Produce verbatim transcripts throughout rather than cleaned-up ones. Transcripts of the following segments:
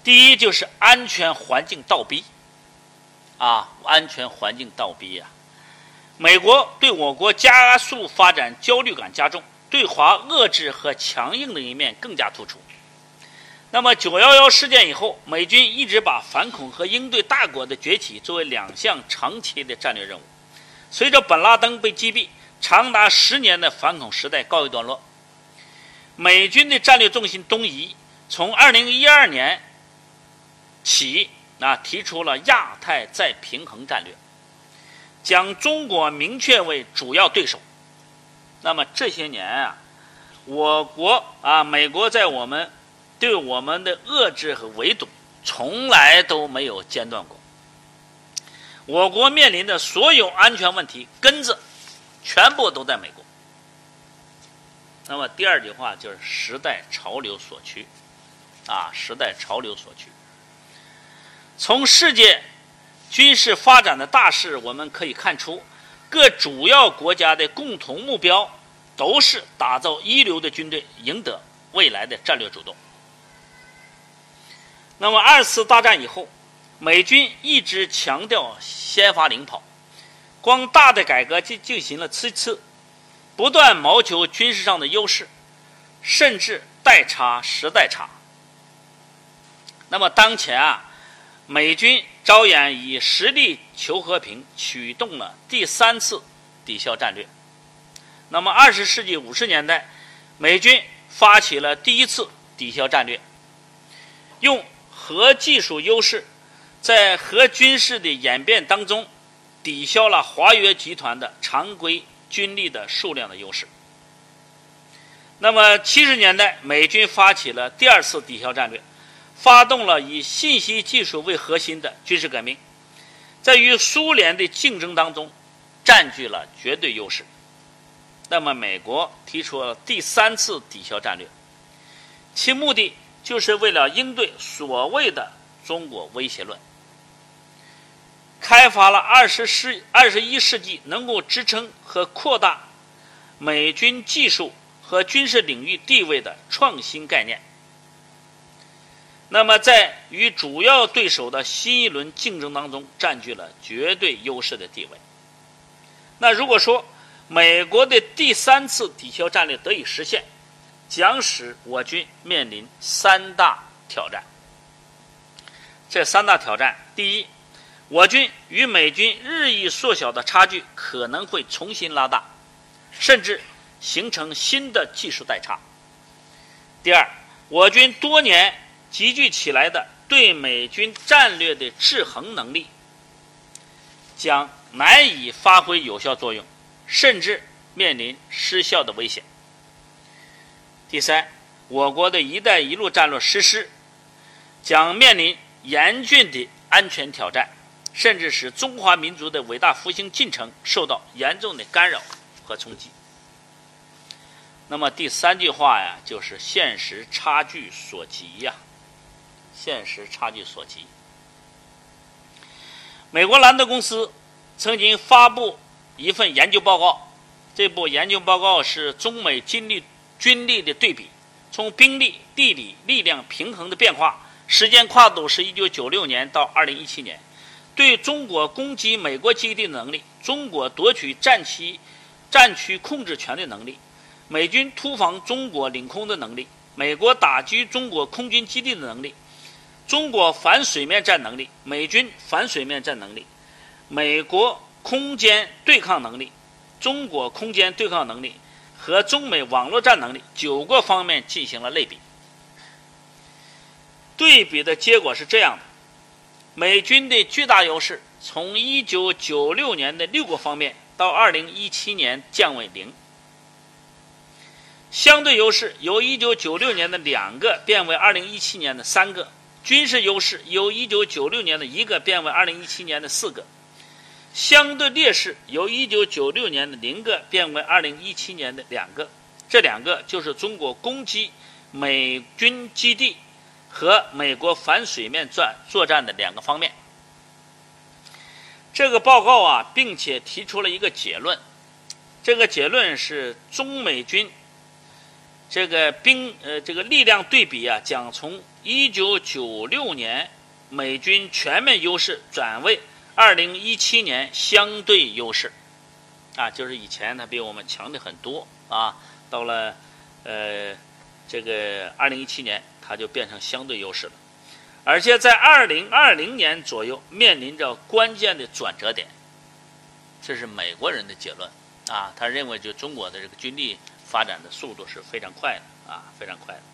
第一就是安全环境倒逼，啊，安全环境倒逼呀、啊。美国对我国加速发展焦虑感加重，对华遏制和强硬的一面更加突出。那么九一一事件以后，美军一直把反恐和应对大国的崛起作为两项长期的战略任务。随着本拉登被击毙，长达十年的反恐时代告一段落，美军的战略重心东移，从二零一二年起啊，提出了亚太再平衡战略，将中国明确为主要对手。那么这些年啊，我国啊，美国在我们对我们的遏制和围堵从来都没有间断过。我国面临的所有安全问题根子全部都在美国。那么第二句话就是时代潮流所趋啊，时代潮流所趋。从世界军事发展的大势我们可以看出，各主要国家的共同目标都是打造一流的军队，赢得未来的战略主动。那么二次大战以后，美军一直强调先发领跑，光大的改革就进行了七次，不断谋求军事上的优势，甚至代差时代差。那么当前啊，美军着眼以实力求和平，启动了第三次抵消战略。那么二十世纪五十年代，美军发起了第一次抵消战略，用核技术优势在核军事的演变当中抵消了华约集团的常规军力的数量的优势。那么七十年代，美军发起了第二次抵消战略，发动了以信息技术为核心的军事革命，在与苏联的竞争当中占据了绝对优势。那么美国提出了第三次抵消战略，其目的就是为了应对所谓的中国威胁论，开发了二十世二十一世纪能够支撑和扩大美军技术和军事领域地位的创新概念。那么在与主要对手的新一轮竞争当中占据了绝对优势的地位。那如果说美国的第三次抵消战略得以实现，将使我军面临三大挑战。这三大挑战，第一，我军与美军日益缩小的差距可能会重新拉大，甚至形成新的技术代差。第二，我军多年积聚起来的对美军战略的制衡能力将难以发挥有效作用，甚至面临失效的危险。第三，我国的一带一路战略实施将面临严峻的安全挑战，甚至使中华民族的伟大复兴进程受到严重的干扰和冲击。那么第三句话呀，就是现实差距所及呀，现实差距所及。美国兰德公司曾经发布一份研究报告，这部研究报告是中美军力军力的对比，从兵力、地理、力量平衡的变化，时间跨度是一九九六年到二零一七年，对中国攻击美国基地的能力，中国夺取战区战区控制权的能力，美军突防中国领空的能力，美国打击中国空军基地的能力，中国反水面战能力，美军反水面战能力，美国空间对抗能力，中国空间对抗能力和中美网络战能力九个方面进行了类比。对比的结果是这样的，美军的巨大优势从一九九六年的六个方面到二零一七年降为零，相对优势由一九九六年的两个变为二零一七年的三个，军事优势由一九九六年的一个变为二零一七年的四个，相对劣势由一九九六年的零个变为二零一七年的两个，这两个就是中国攻击美军基地和美国反水面战作战的两个方面。这个报告啊，并且提出了一个结论，这个结论是中美军这个兵呃这个力量对比啊，将从一九九六年美军全面优势转为二零一七年相对优势，啊，就是以前它比我们强的很多啊，到了呃这个二零一七年，它就变成相对优势了，而且在二零二零年左右面临着关键的转折点，这是美国人的结论啊，他认为就中国的这个军力发展的速度是非常快的啊，非常快的。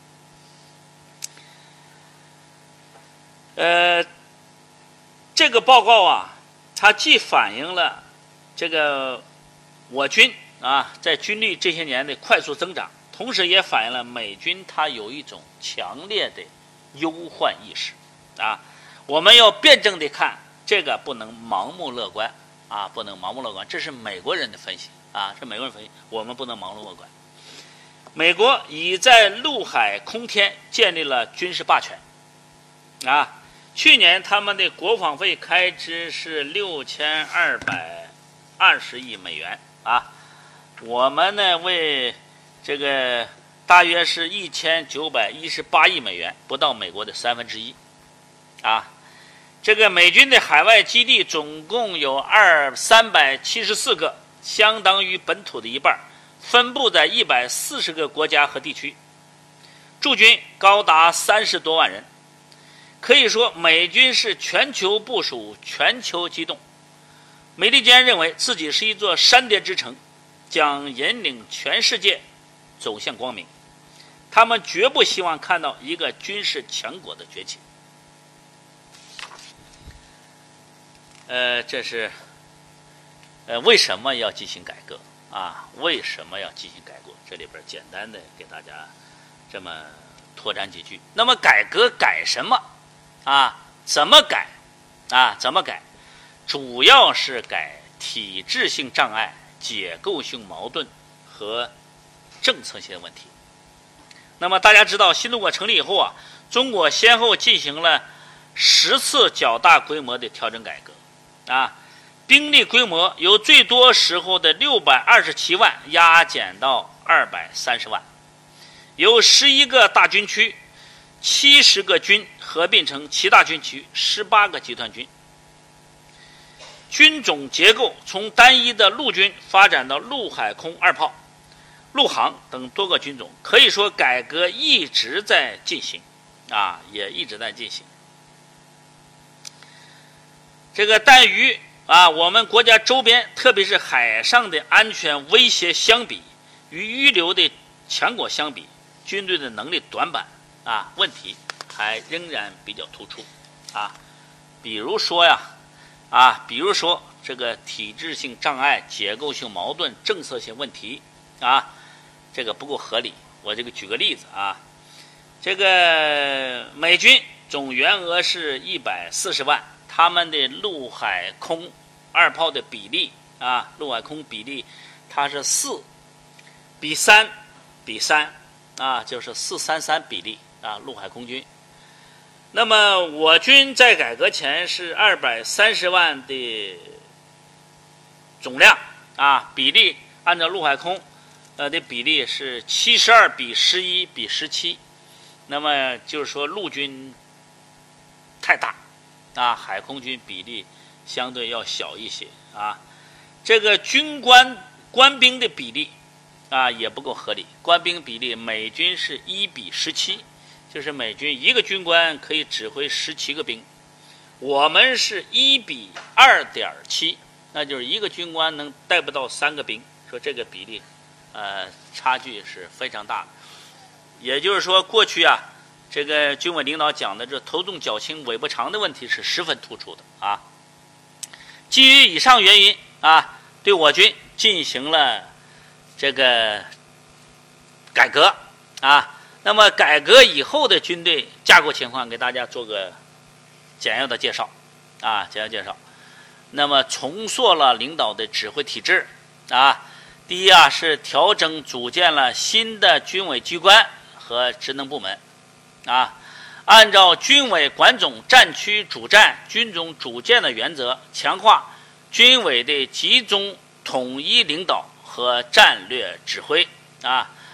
呃，这个报告啊，它既反映了这个我军啊在军力这些年的快速增长，同时也反映了美军它有一种强烈的忧患意识啊。我们要辩证的看，这个不能盲目乐观啊，不能盲目乐观，这是美国人的分析啊，是美国人分析，我们不能盲目乐观。美国已在陆海空天建立了军事霸权啊。去年他们的国防费开支是六千二百二十亿美元啊，我们呢为这个大约是一千九百一十八亿美元，不到美国的三分之一啊。这个美军的海外基地总共有二三百七十四个，相当于本土的一半，分布在一百四十个国家和地区，驻军高达三十多万人。可以说美军是全球部署，全球机动。美利坚认为自己是一座山巅之城，将引领全世界走向光明。他们绝不希望看到一个军事强国的崛起。呃，这是呃为什么要进行改革啊？为什么要进行改革？这里边简单的给大家这么拓展几句。那么改革改什么？啊，怎么改？啊，怎么改？主要是改体制性障碍、结构性矛盾和政策性问题。那么大家知道，新中国成立以后啊，中国先后进行了十次较大规模的调整改革，啊，兵力规模由最多时候的六百二十七万压减到二百三十万，由十一个大军区。七十个军合并成七大军区，十八个集团军。军种结构从单一的陆军发展到陆海空二炮、陆航等多个军种，可以说改革一直在进行，啊，也一直在进行。这个但与啊我们国家周边，特别是海上的安全威胁相比，与预留的强国相比，军队的能力短板。啊，问题还仍然比较突出啊，比如说呀，啊，比如说这个体制性障碍、结构性矛盾、政策性问题啊，这个不够合理。我这个举个例子啊，这个美军总员额是一百四十万，他们的陆海空二炮的比例啊，陆海空比例它是四比三比三啊，就是四三三比例。啊，陆海空军。那么我军在改革前是二百三十万的总量啊，比例按照陆海空呃的比例是七十二比十一比十七，那么就是说陆军太大啊，海空军比例相对要小一些啊。这个军官官兵的比例啊也不够合理，官兵比例美军是一比十七。就是美军一个军官可以指挥十七个兵，我们是一比二点七，那就是一个军官能带不到三个兵，说这个比例，呃，差距是非常大的。也就是说，过去啊，这个军委领导讲的这头重脚轻、尾巴长的问题是十分突出的啊。基于以上原因啊，对我军进行了这个改革啊。那么改革以后的军队架构情况，给大家做个简要的介绍啊，简要介绍。那么重塑了领导的指挥体制啊，第一啊是调整组建了新的军委机关和职能部门啊，按照军委管总战区主战、军种主建的原则，强化军委的集中统一领导和战略指挥啊。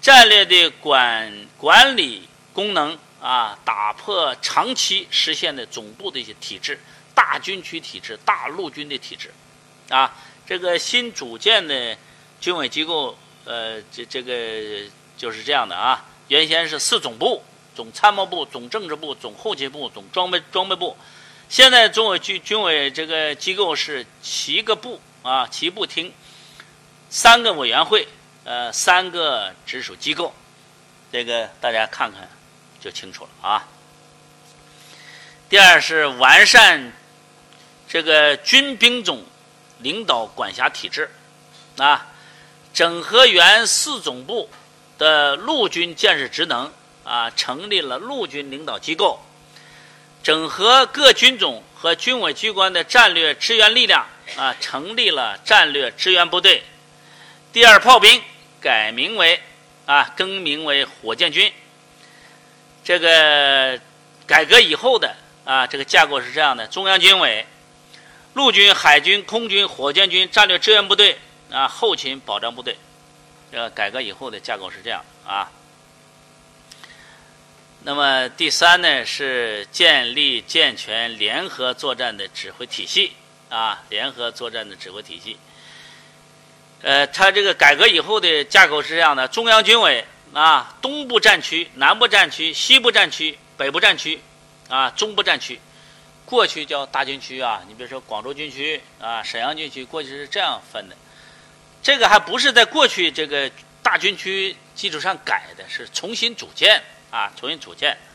战略的管管理功能啊，打破长期实现的总部的一些体制，大军区体制、大陆军的体制啊。这个新组建的军委机构，呃，这这个就是这样的啊。原先是四总部：总参谋部、总政治部、总后勤部、总装备装备部。现在中委军军委这个机构是七个部啊，七部厅，三个委员会，呃，三个直属机构。这个大家看看就清楚了啊。第二是完善这个军兵种领导管辖体制啊，整合原四总部的陆军建设职能啊，成立了陆军领导机构，整合各军种和军委机关的战略支援力量啊，成立了战略支援部队。第二炮兵改名为啊，更名为火箭军。这个改革以后的啊，这个架构是这样的：中央军委、陆军、海军、空军、火箭军、战略支援部队啊，后勤保障部队。这个改革以后的架构是这样的啊。那么第三呢，是建立健全联合作战的指挥体系啊，联合作战的指挥体系。呃，它这个改革以后的架构是这样的：中央军委啊，东部战区、南部战区、西部战区、北部战区啊，中部战区。过去叫大军区啊，你比如说广州军区啊、沈阳军区，过去是这样分的。这个还不是在过去这个大军区基础上改的，是重新组建啊，重新组建。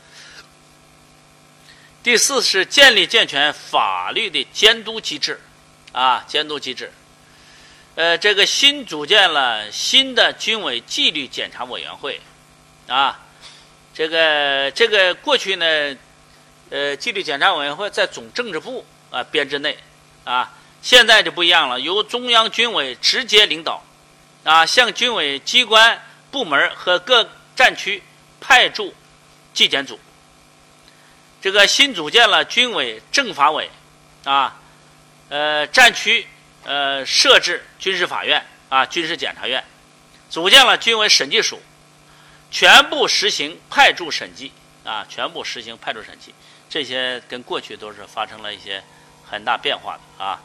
第四是建立健全法律的监督机制啊，监督机制。呃，这个新组建了新的军委纪律检查委员会啊，这个这个过去呢，呃，纪律检查委员会在总政治部啊编制内啊。现在就不一样了，由中央军委直接领导，啊，向军委机关、部门和各战区派驻纪检组。这个新组建了军委政法委，啊，呃，战区呃设置军事法院啊，军事检察院，组建了军委审计署，全部实行派驻审计啊，全部实行派驻审计。这些跟过去都是发生了一些很大变化的啊。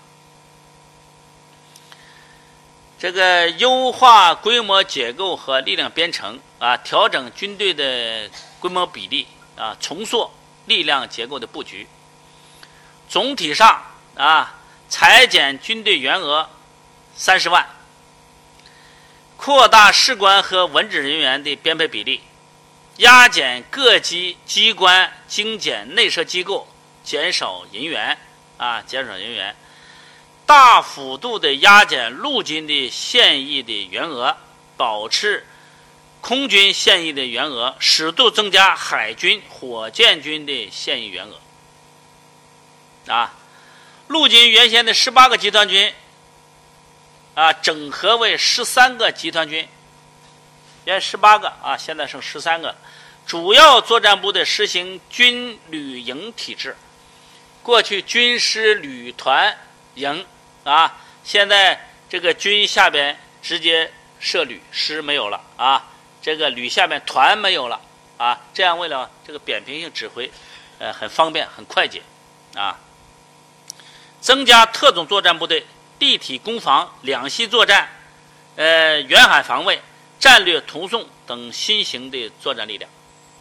这个优化规模结构和力量编程啊，调整军队的规模比例啊，重塑力量结构的布局。总体上啊，裁减军队员额三十万，扩大士官和文职人员的编配比例，压减各级机关精简内设机构，减少人员啊，减少人员。大幅度的压减陆军的现役的员额，保持空军现役的员额，适度增加海军、火箭军的现役员额。啊，陆军原先的十八个集团军，啊，整合为十三个集团军，原十八个啊，现在剩十三个。主要作战部队实行军旅营体制，过去军师旅团营。啊，现在这个军下边直接设旅，师没有了啊，这个旅下边团没有了啊，这样为了这个扁平性指挥，呃，很方便很快捷啊。增加特种作战部队、地体攻防、两栖作战、呃远海防卫、战略同送等新型的作战力量。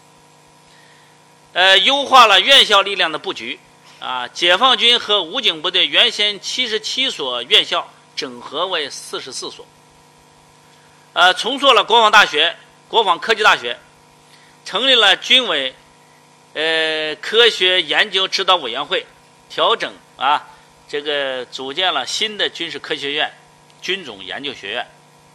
呃，优化了院校力量的布局。啊，解放军和武警部队原先七十七所院校整合为四十四所，呃，重塑了国防大学、国防科技大学，成立了军委呃科学研究指导委员会，调整啊，这个组建了新的军事科学院、军种研究学院。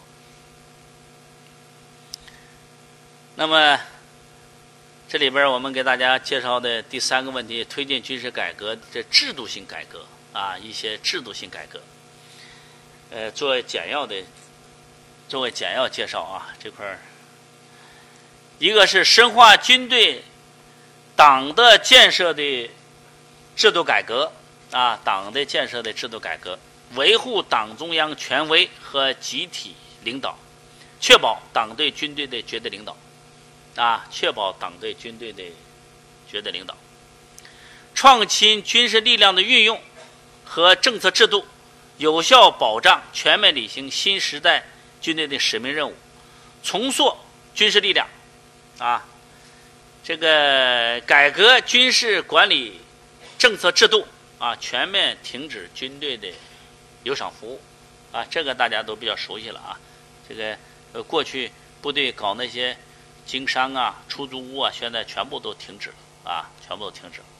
那么这里边我们给大家介绍的第三个问题，推进军事改革这制度性改革啊，一些制度性改革，呃，作为简要的，作为简要介绍啊，这块儿，一个是深化军队党的建设的制度改革啊，党的建设的制度改革，维护党中央权威和集体领导， 确保党对军队的绝对领导，啊，确保党对军队的绝对领导，创新军事力量的运用和政策制度，有效保障全面履行新时代军队的使命任务，重塑军事力量，啊，这个改革军事管理政策制度，啊，全面停止军队的有偿服务，啊，这个大家都比较熟悉了啊。这个呃，过去部队搞那些经商啊、出租屋啊，现在全部都停止了啊，全部都停止了。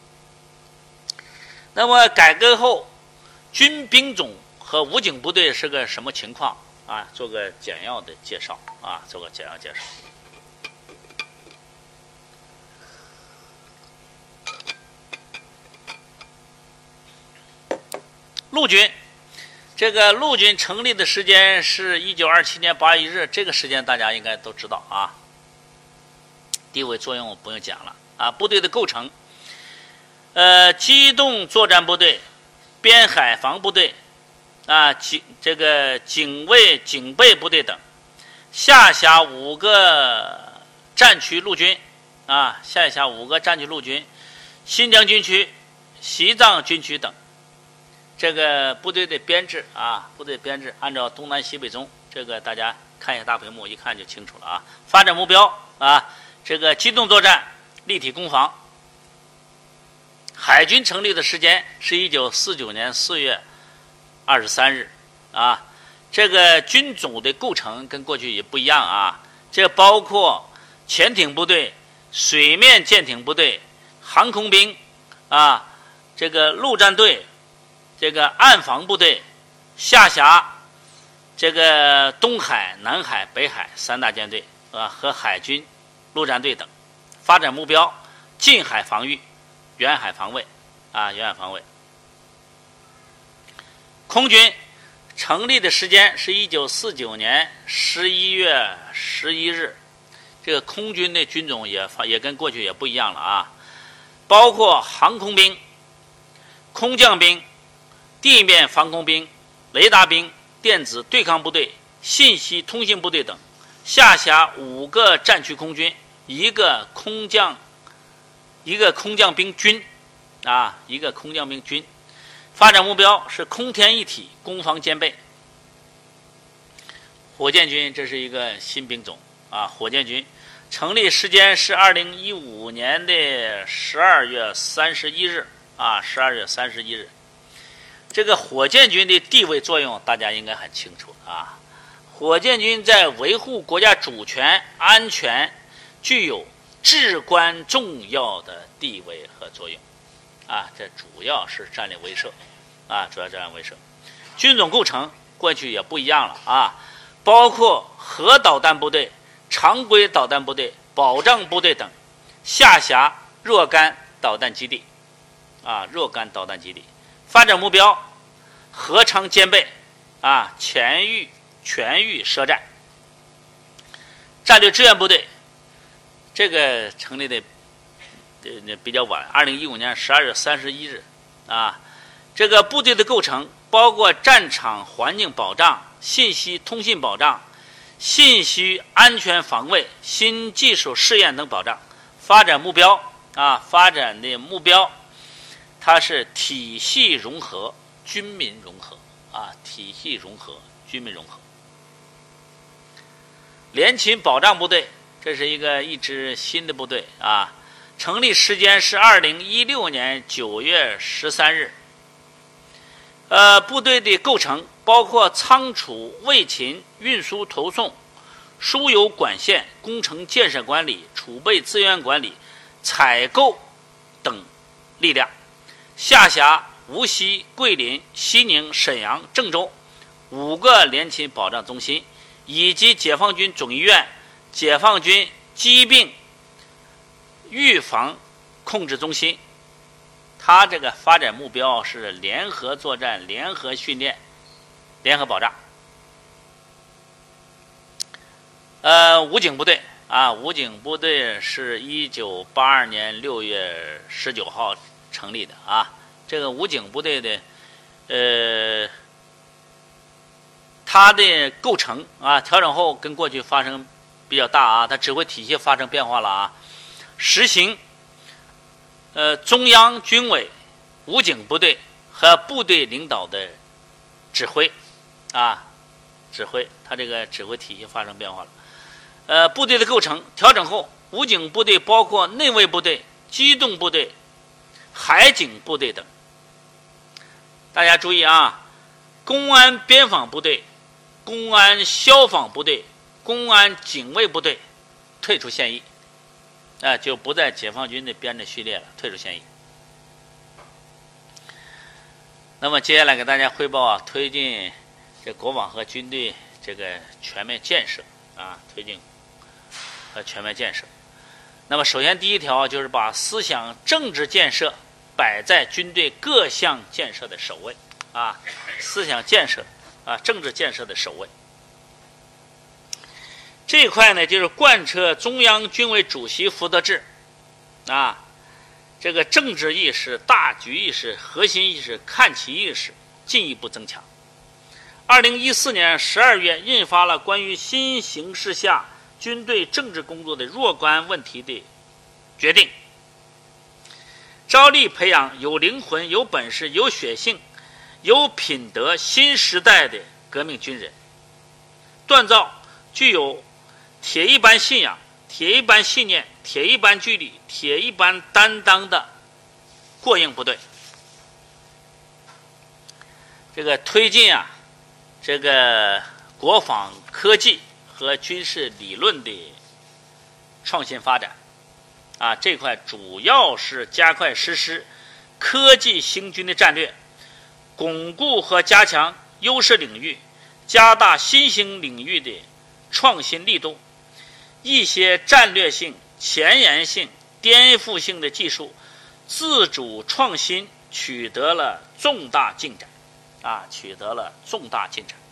那么改革后，军兵种和武警部队是个什么情况啊？做个简要的介绍啊，做个简要介绍。陆军。这个陆军成立的时间是一九二七年八月一日，这个时间大家应该都知道啊。地位作用我不用讲了啊。部队的构成，呃，机动作战部队、边海防部队啊，警这个警卫警备部队等，下辖五个战区陆军啊，下辖五个战区陆军，新疆军区、西藏军区等。这个部队的编制啊，部队编制按照东南西北中，这个大家看一下大屏幕，一看就清楚了啊。发展目标啊，这个机动作战、立体攻防。海军成立的时间是一九四九年四月二十三日啊。这个军种的构成跟过去也不一样啊，这包括潜艇部队、水面舰艇部队、航空兵啊，这个陆战队。这个岸防部队下辖这个东海、南海、北海三大舰队啊，和海军陆战队等。发展目标：近海防御、远海防卫啊，远海防卫。空军成立的时间是一九四九年十一月十一日。这个空军的军种也也跟过去也不一样了啊，包括航空兵、空降兵、地面防空兵、雷达兵、电子对抗部队、信息通信部队等，下辖五个战区空军，一个空降，一个空降兵军，啊，一个空降兵军。发展目标是空天一体，攻防兼备。火箭军这是一个新兵种啊，火箭军成立时间是二零一五年的十二月三十一日啊，十二月三十一日。这个火箭军的地位作用大家应该很清楚啊。火箭军在维护国家主权安全具有至关重要的地位和作用啊，这主要是战略威慑啊，主要战略威慑。军种构成过去也不一样了啊，包括核导弹部队、常规导弹部队、保障部队等，下辖若干导弹基地啊，若干导弹基地。发展目标：核常兼备啊，全域全域设战。战略支援部队这个成立的呃比较晚，二零一五年十二月三十一日啊。这个部队的构成包括战场环境保障、信息通信保障、信息安全防卫、新技术试验等保障。发展目标啊，发展的目标。它是体系融合、军民融合啊，体系融合、军民融合。联勤保障部队，这是一个一支新的部队啊，成立时间是二零一六年九月十三日。呃，部队的构成包括仓储、卫勤、运输投送、输油管线、工程建设管理、储备资源管理、采购等力量。下辖无锡、桂林、西宁、沈阳、郑州五个联勤保障中心，以及解放军总医院、解放军疾病预防控制中心。它这个发展目标是联合作战、联合训练、联合保障。呃，武警部队啊，武警部队是一九八二年六月十九号成立的啊。这个武警部队的，呃， 它的构成啊，调整后跟过去发生比较大啊，它指挥体系发生变化了啊，实行呃中央军委武警部队和部队领导的指挥啊，指挥，它这个指挥体系发生变化了。呃，部队的构成调整后，武警部队包括内卫部队、机动部队、海警部队等。大家注意啊，公安边防部队、公安消防部队、公安警卫部队退出现役，啊、呃，就不在解放军的编制序列了，退出现役。那么接下来给大家汇报啊，推进这国防和军队这个全面建设啊，推进和全面建设。那么首先第一条就是把思想政治建设摆在军队各项建设的首位啊，思想建设啊，政治建设的首位。这一块呢，就是贯彻中央军委主席负责制啊，这个政治意识、大局意识、核心意识、看齐意识进一步增强。二零一四年十二月印发了关于新形势下军队政治工作的若干问题的决定，着力培养有灵魂、有本事、有血性、有品德新时代的革命军人，锻造具有铁一般信仰、铁一般信念、铁一般纪律、铁一般担当的过硬部队。这个推进啊，这个国防科技和军事理论的创新发展啊，这块主要是加快实施科技兴军的战略，巩固和加强优势领域，加大新兴领域的创新力度。一些战略性、前沿性、颠覆性的技术自主创新取得了重大进展啊，取得了重大进展。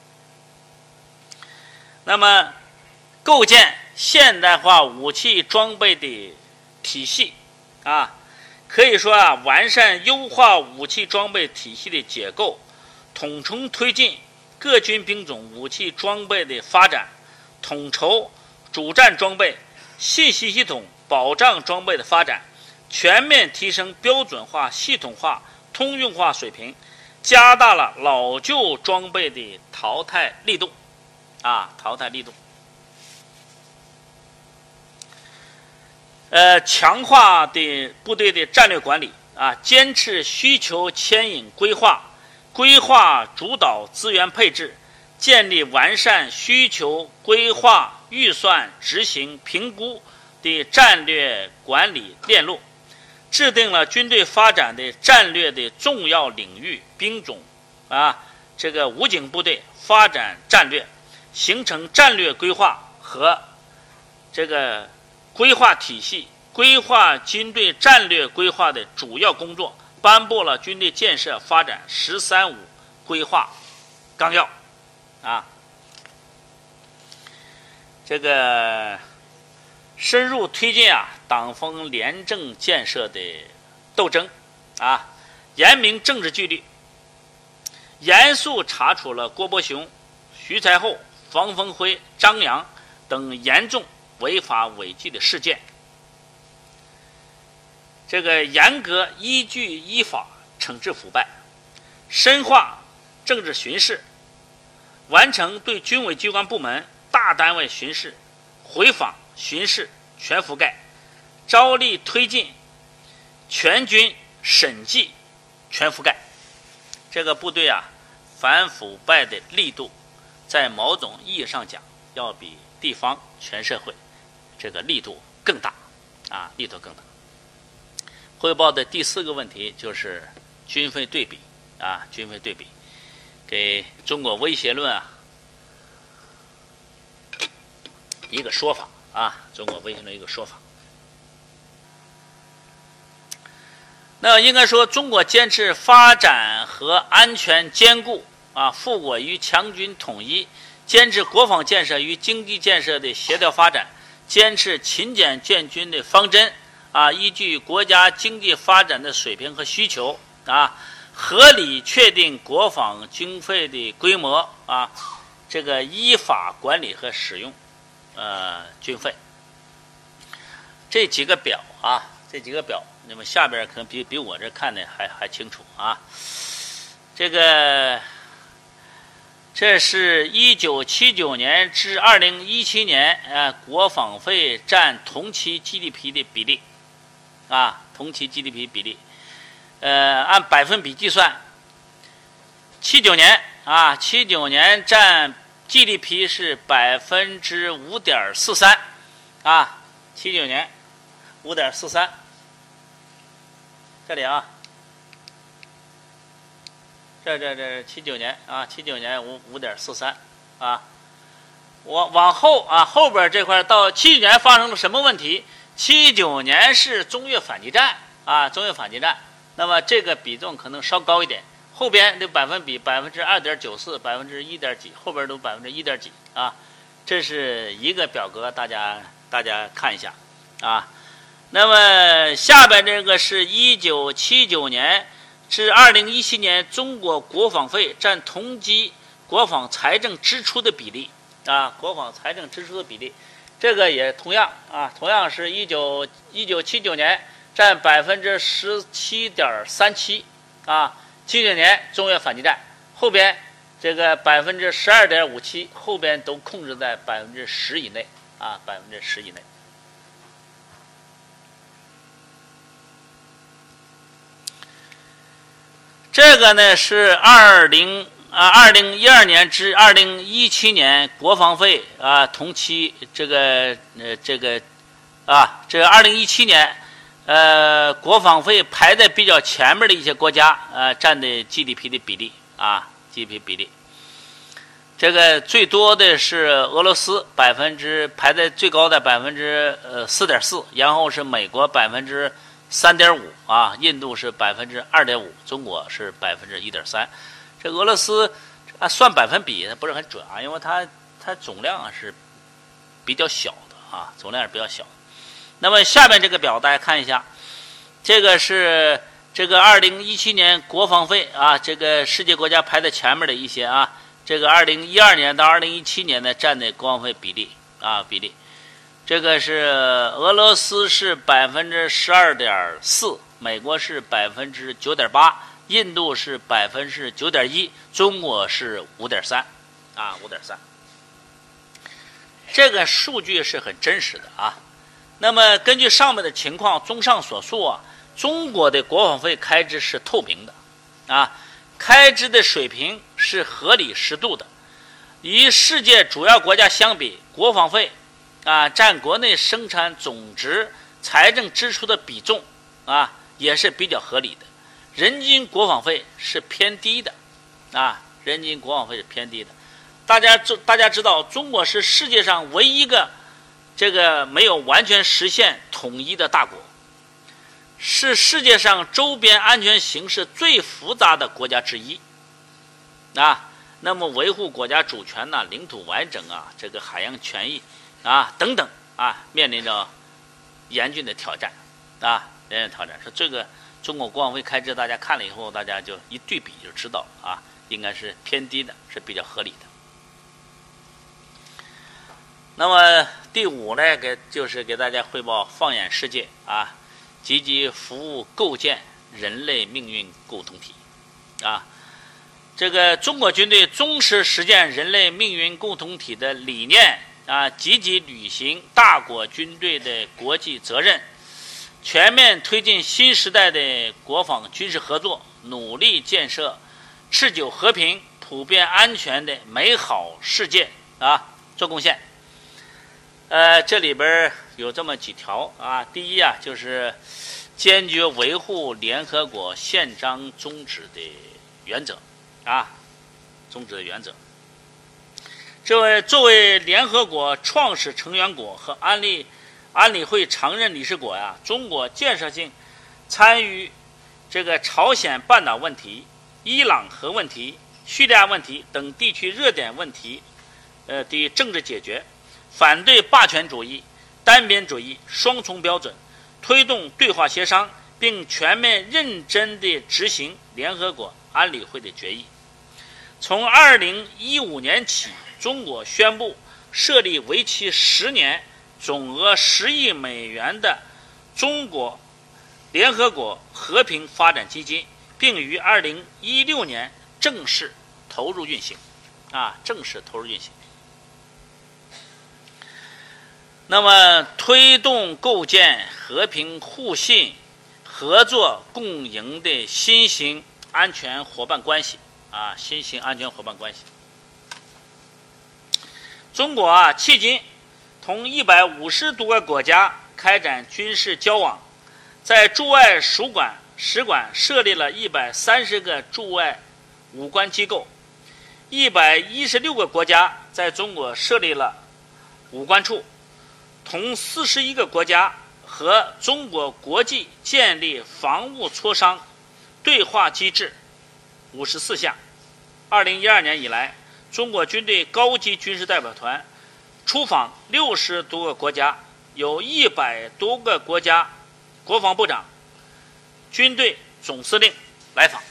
那么构建现代化武器装备的体系啊，可以说啊，完善优化武器装备体系的结构，统筹推进各军兵种武器装备的发展，统筹主战装备、信息系统保障装备的发展，全面提升标准化、系统化、通用化水平，加大了老旧装备的淘汰力度啊，淘汰力度。呃，强化的部队的战略管理啊，坚持需求牵引规划，规划主导资源配置，建立完善需求规划、预算、执行、评估的战略管理链路，制定了军队发展的战略的重要领域兵种啊，这个武警部队发展战略，形成战略规划和这个规划体系，规划军队战略规划的主要工作，颁布了军队建设发展“十三五”规划纲要啊。这个深入推进啊党风廉政建设的斗争啊，严明政治纪律，严肃查处了郭伯雄、徐才厚、房峰辉、张扬等严重违法违纪的事件。这个严格依据依法惩治腐败，深化政治巡视，完成对军委机关部门大单位巡视、回访巡视全覆盖，着力推进全军审计全覆盖。这个部队啊，反腐败的力度，在某种意义上讲，要比地方全社会这个力度更大啊，力度更大。汇报的第四个问题就是军费对比啊，军费对比，给中国威胁论啊一个说法啊，中国威胁论一个说法。那应该说，中国坚持发展和安全兼顾啊，富国与强军统一，坚持国防建设与经济建设的协调发展，坚持勤俭建军的方针啊，依据国家经济发展的水平和需求啊， 合理确定国防经费的规模啊，这个依法管理和使用呃军费。这几个表啊，这几个表，那么下边可能比比我这看的还还清楚啊。这个这是一九七九年至二零一七年呃国防费占同期 G D P 的比例啊，同期 G D P 比例。呃，按百分比计算，七九年啊，七九年占 G D P 是百分之五点四三，啊，七九年五点四三，这里啊，这这这七九年啊，七九年五五点四三，啊，我往后啊，后边这块到七九年发生了什么问题？七九年是中越反击战啊，中越反击战。那么这个比重可能稍高一点，后边的百分比百分之二点九四，百分之一点几，后边都百分之一点几啊。这是一个表格，大家大家看一下啊。那么下边这个是一九七九年至二零一七年中国国防费占同期国防财政支出的比例啊，国防财政支出的比例，这个也同样啊，同样是一九一九七九年。占百分之十七点三七，啊，七九年中越反击战，后边这个百分之十二点五七，后边都控制在百分之十以内，啊，百分之十以内。这个呢是二零啊二零一二年至二零一七年国防费啊同期这个呃这个啊这个二零一七年。呃，国防费排在比较前面的一些国家，呃，占的 G D P 的比例啊 ，G D P 比例，这个最多的是俄罗斯，百分之排在最高的百分之呃四点四，然后是美国百分之三点五啊，印度是百分之二点五，中国是百分之一点三。这俄罗斯啊算百分比它不是很准啊，因为它它总量是比较小的啊，总量是比较小的。那么下面这个表大家看一下，这个是这个二零一七年国防费啊，这个世界国家排在前面的一些啊，这个二零一二年到二零一七年的占的国防费比例啊比例，这个是俄罗斯是百分之十二点四，美国是百分之九点八，印度是百分之九点一，中国是五点三，啊五点三，这个数据是很真实的啊。那么根据上面的情况，综上所述啊，中国的国防费开支是透明的，啊，开支的水平是合理适度的。与世界主要国家相比，国防费啊占国内生产总值财政支出的比重啊也是比较合理的。人均国防费是偏低的，啊，人均国防费是偏低的。大家知大家知道，中国是世界上唯一一个这个没有完全实现统一的大国，是世界上周边安全形势最复杂的国家之一啊。那么维护国家主权呐、啊、领土完整啊、这个海洋权益啊等等啊，面临着严峻的挑战啊，严峻的挑战。说这个中国国防费开支，大家看了以后，大家就一对比就知道啊，应该是偏低的，是比较合理的。那么第五呢，给就是给大家汇报放眼世界啊，积极服务构建人类命运共同体啊。这个中国军队忠实实践人类命运共同体的理念啊，积极履行大国军队的国际责任，全面推进新时代的国防军事合作，努力建设持久和平、普遍安全的美好世界啊，做贡献。呃，这里边有这么几条啊。第一啊，就是坚决维护联合国宪章宗旨的原则啊，宗旨的原则。这位作为联合国创始成员国和安理安理会常任理事国呀、啊，中国建设性参与这个朝鲜半岛问题、伊朗核问题、叙利亚问题等地区热点问题呃的政治解决。反对霸权主义、单边主义、双重标准，推动对话协商， 并全面认真地执行联合国安理会的决议。从二零一五年起，中国宣布设立为期十年、总额十亿美元的中国联合国和平发展基金，并于二零一六年正式投入运行。啊，正式投入运行。那么，推动构建和平互信、合作共赢的新型安全伙伴关系啊，新型安全伙伴关系。中国啊，迄今同一百五十多个国家开展军事交往，在驻外属馆、使馆设立了一百三十个驻外武官机构，一百一十六个国家在中国设立了武官处，同四十一个国家和中国国际建立防务磋商对话机制五十四项。二零一二年以来，中国军队高级军事代表团出访六十多个国家，有一百多个国家国防部长、军队总司令来访。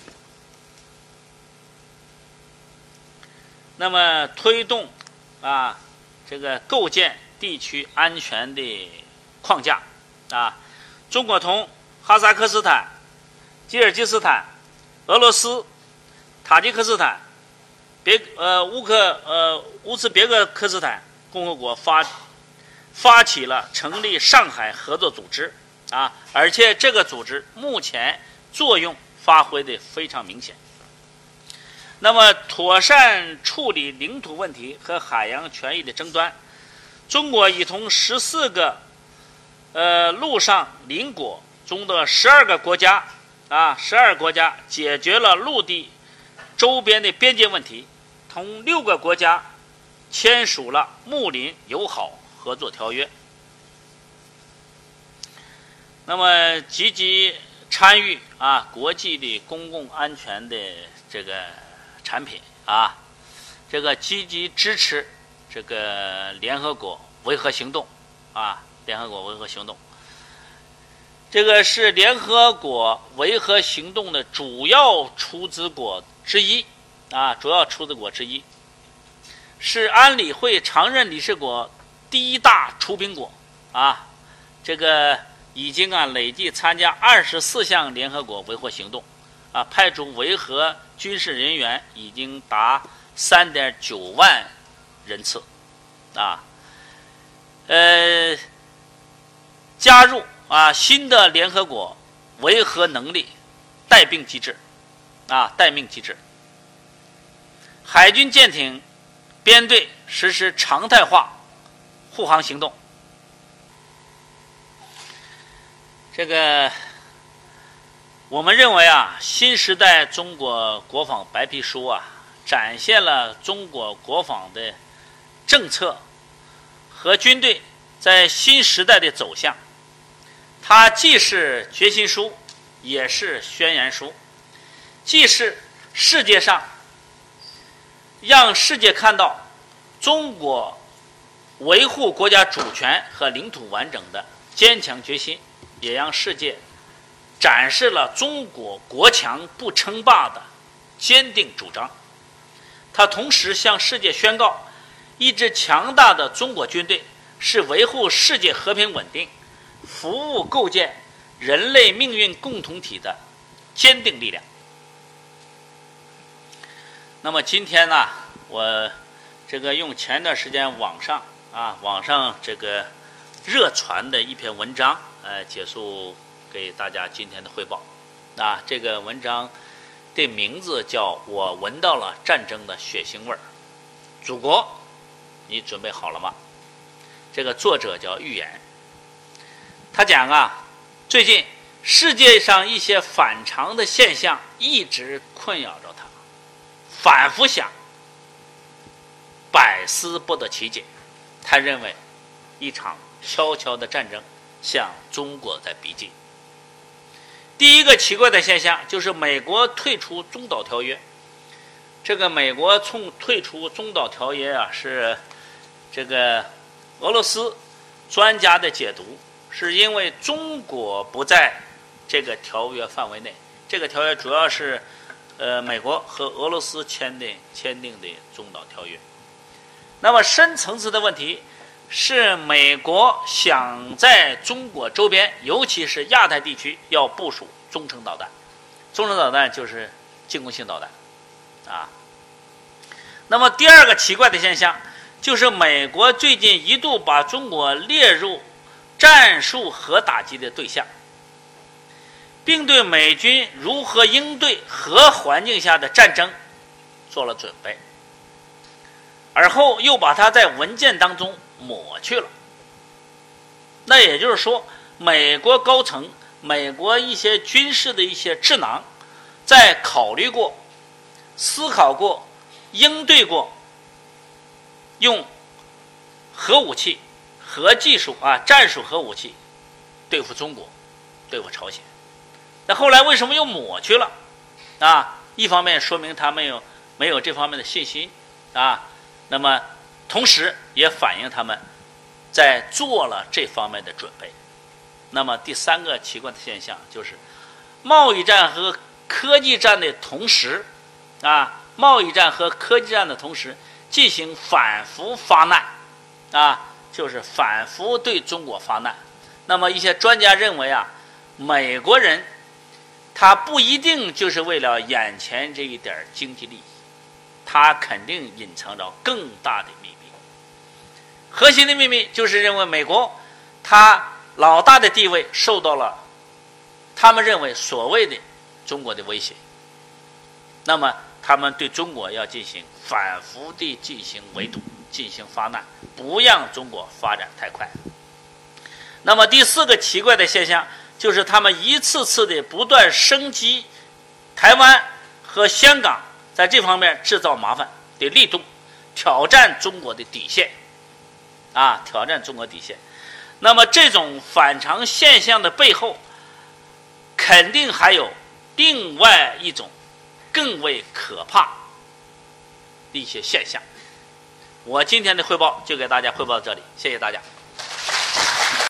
那么，推动啊这个构建地区安全的框架啊，中国同哈萨克斯坦、吉尔吉斯坦、俄罗斯、塔吉克斯坦、别呃乌克呃乌兹别克克斯坦共和国发发起了成立上海合作组织啊，而且这个组织目前作用发挥的非常明显。那么，妥善处理领土问题和海洋权益的争端，中国已同十四个呃陆上邻国中的十二个国家啊，十二国家解决了陆地周边的边界问题，同六个国家签署了睦邻友好合作条约。那么，积极参与啊国际的公共安全的这个产品啊，这个积极支持这个联合国维和行动啊，联合国维和行动，这个是联合国维和行动的主要出资国之一啊，主要出资国之一，是安理会常任理事国第一大出兵国啊，这个已经啊累计参加二十四项联合国维和行动。啊，派出维和军事人员已经达 三点九万人次，啊，呃，加入啊新的联合国维和能力待命机制，啊，待命机制，海军舰艇编队实施常态化护航行动，这个。我们认为啊，新时代中国国防白皮书啊，展现了中国国防的政策和军队在新时代的走向。它既是决心书，也是宣言书，既是世界上让世界看到中国维护国家主权和领土完整的坚强决心，也让世界展示了中国国强不称霸的坚定主张。它同时向世界宣告，一支强大的中国军队是维护世界和平稳定、服务构建人类命运共同体的坚定力量。那么今天呢，我这个用前段时间网上啊网上这个热传的一篇文章，呃，结束给大家今天的汇报。啊，这个文章的名字叫《我闻到了战争的血腥味儿》，祖国，你准备好了吗？这个作者叫预言，他讲啊，最近世界上一些反常的现象一直困扰着他，反复想，百思不得其解。他认为，一场悄悄的战争向中国在逼近。第一个奇怪的现象就是美国退出中导条约。这个美国从退出中导条约啊，是这个俄罗斯专家的解读，是因为中国不在这个条约范围内。这个条约主要是呃美国和俄罗斯签订签订的中导条约。那么深层次的问题是，美国想在中国周边，尤其是亚太地区，要部署中程导弹。中程导弹就是进攻性导弹啊。那么第二个奇怪的现象就是美国最近一度把中国列入战术核打击的对象，并对美军如何应对核环境下的战争做了准备，而后又把它在文件当中抹去了。那也就是说，美国高层、美国一些军事的一些智囊，在考虑过、思考过、应对过用核武器、核技术啊、战术核武器对付中国、对付朝鲜。那后来为什么又抹去了？啊，一方面说明他没有没有这方面的信心啊，那么同时也反映他们在做了这方面的准备。那么第三个奇怪的现象就是，贸易战和科技战的同时啊，贸易战和科技战的同时进行反复发难啊，就是反复对中国发难。那么一些专家认为啊，美国人他不一定就是为了眼前这一点经济利益，他肯定隐藏着更大的秘密。核心的秘密就是认为美国他老大的地位受到了他们认为所谓的中国的威胁，那么他们对中国要进行反复地进行围堵，进行发难，不让中国发展太快。那么第四个奇怪的现象就是他们一次次的不断升级台湾和香港在这方面制造麻烦的力度，挑战中国的底线啊，挑战中国底线。那么这种反常现象的背后，肯定还有另外一种更为可怕的一些现象。我今天的汇报就给大家汇报到这里，谢谢大家。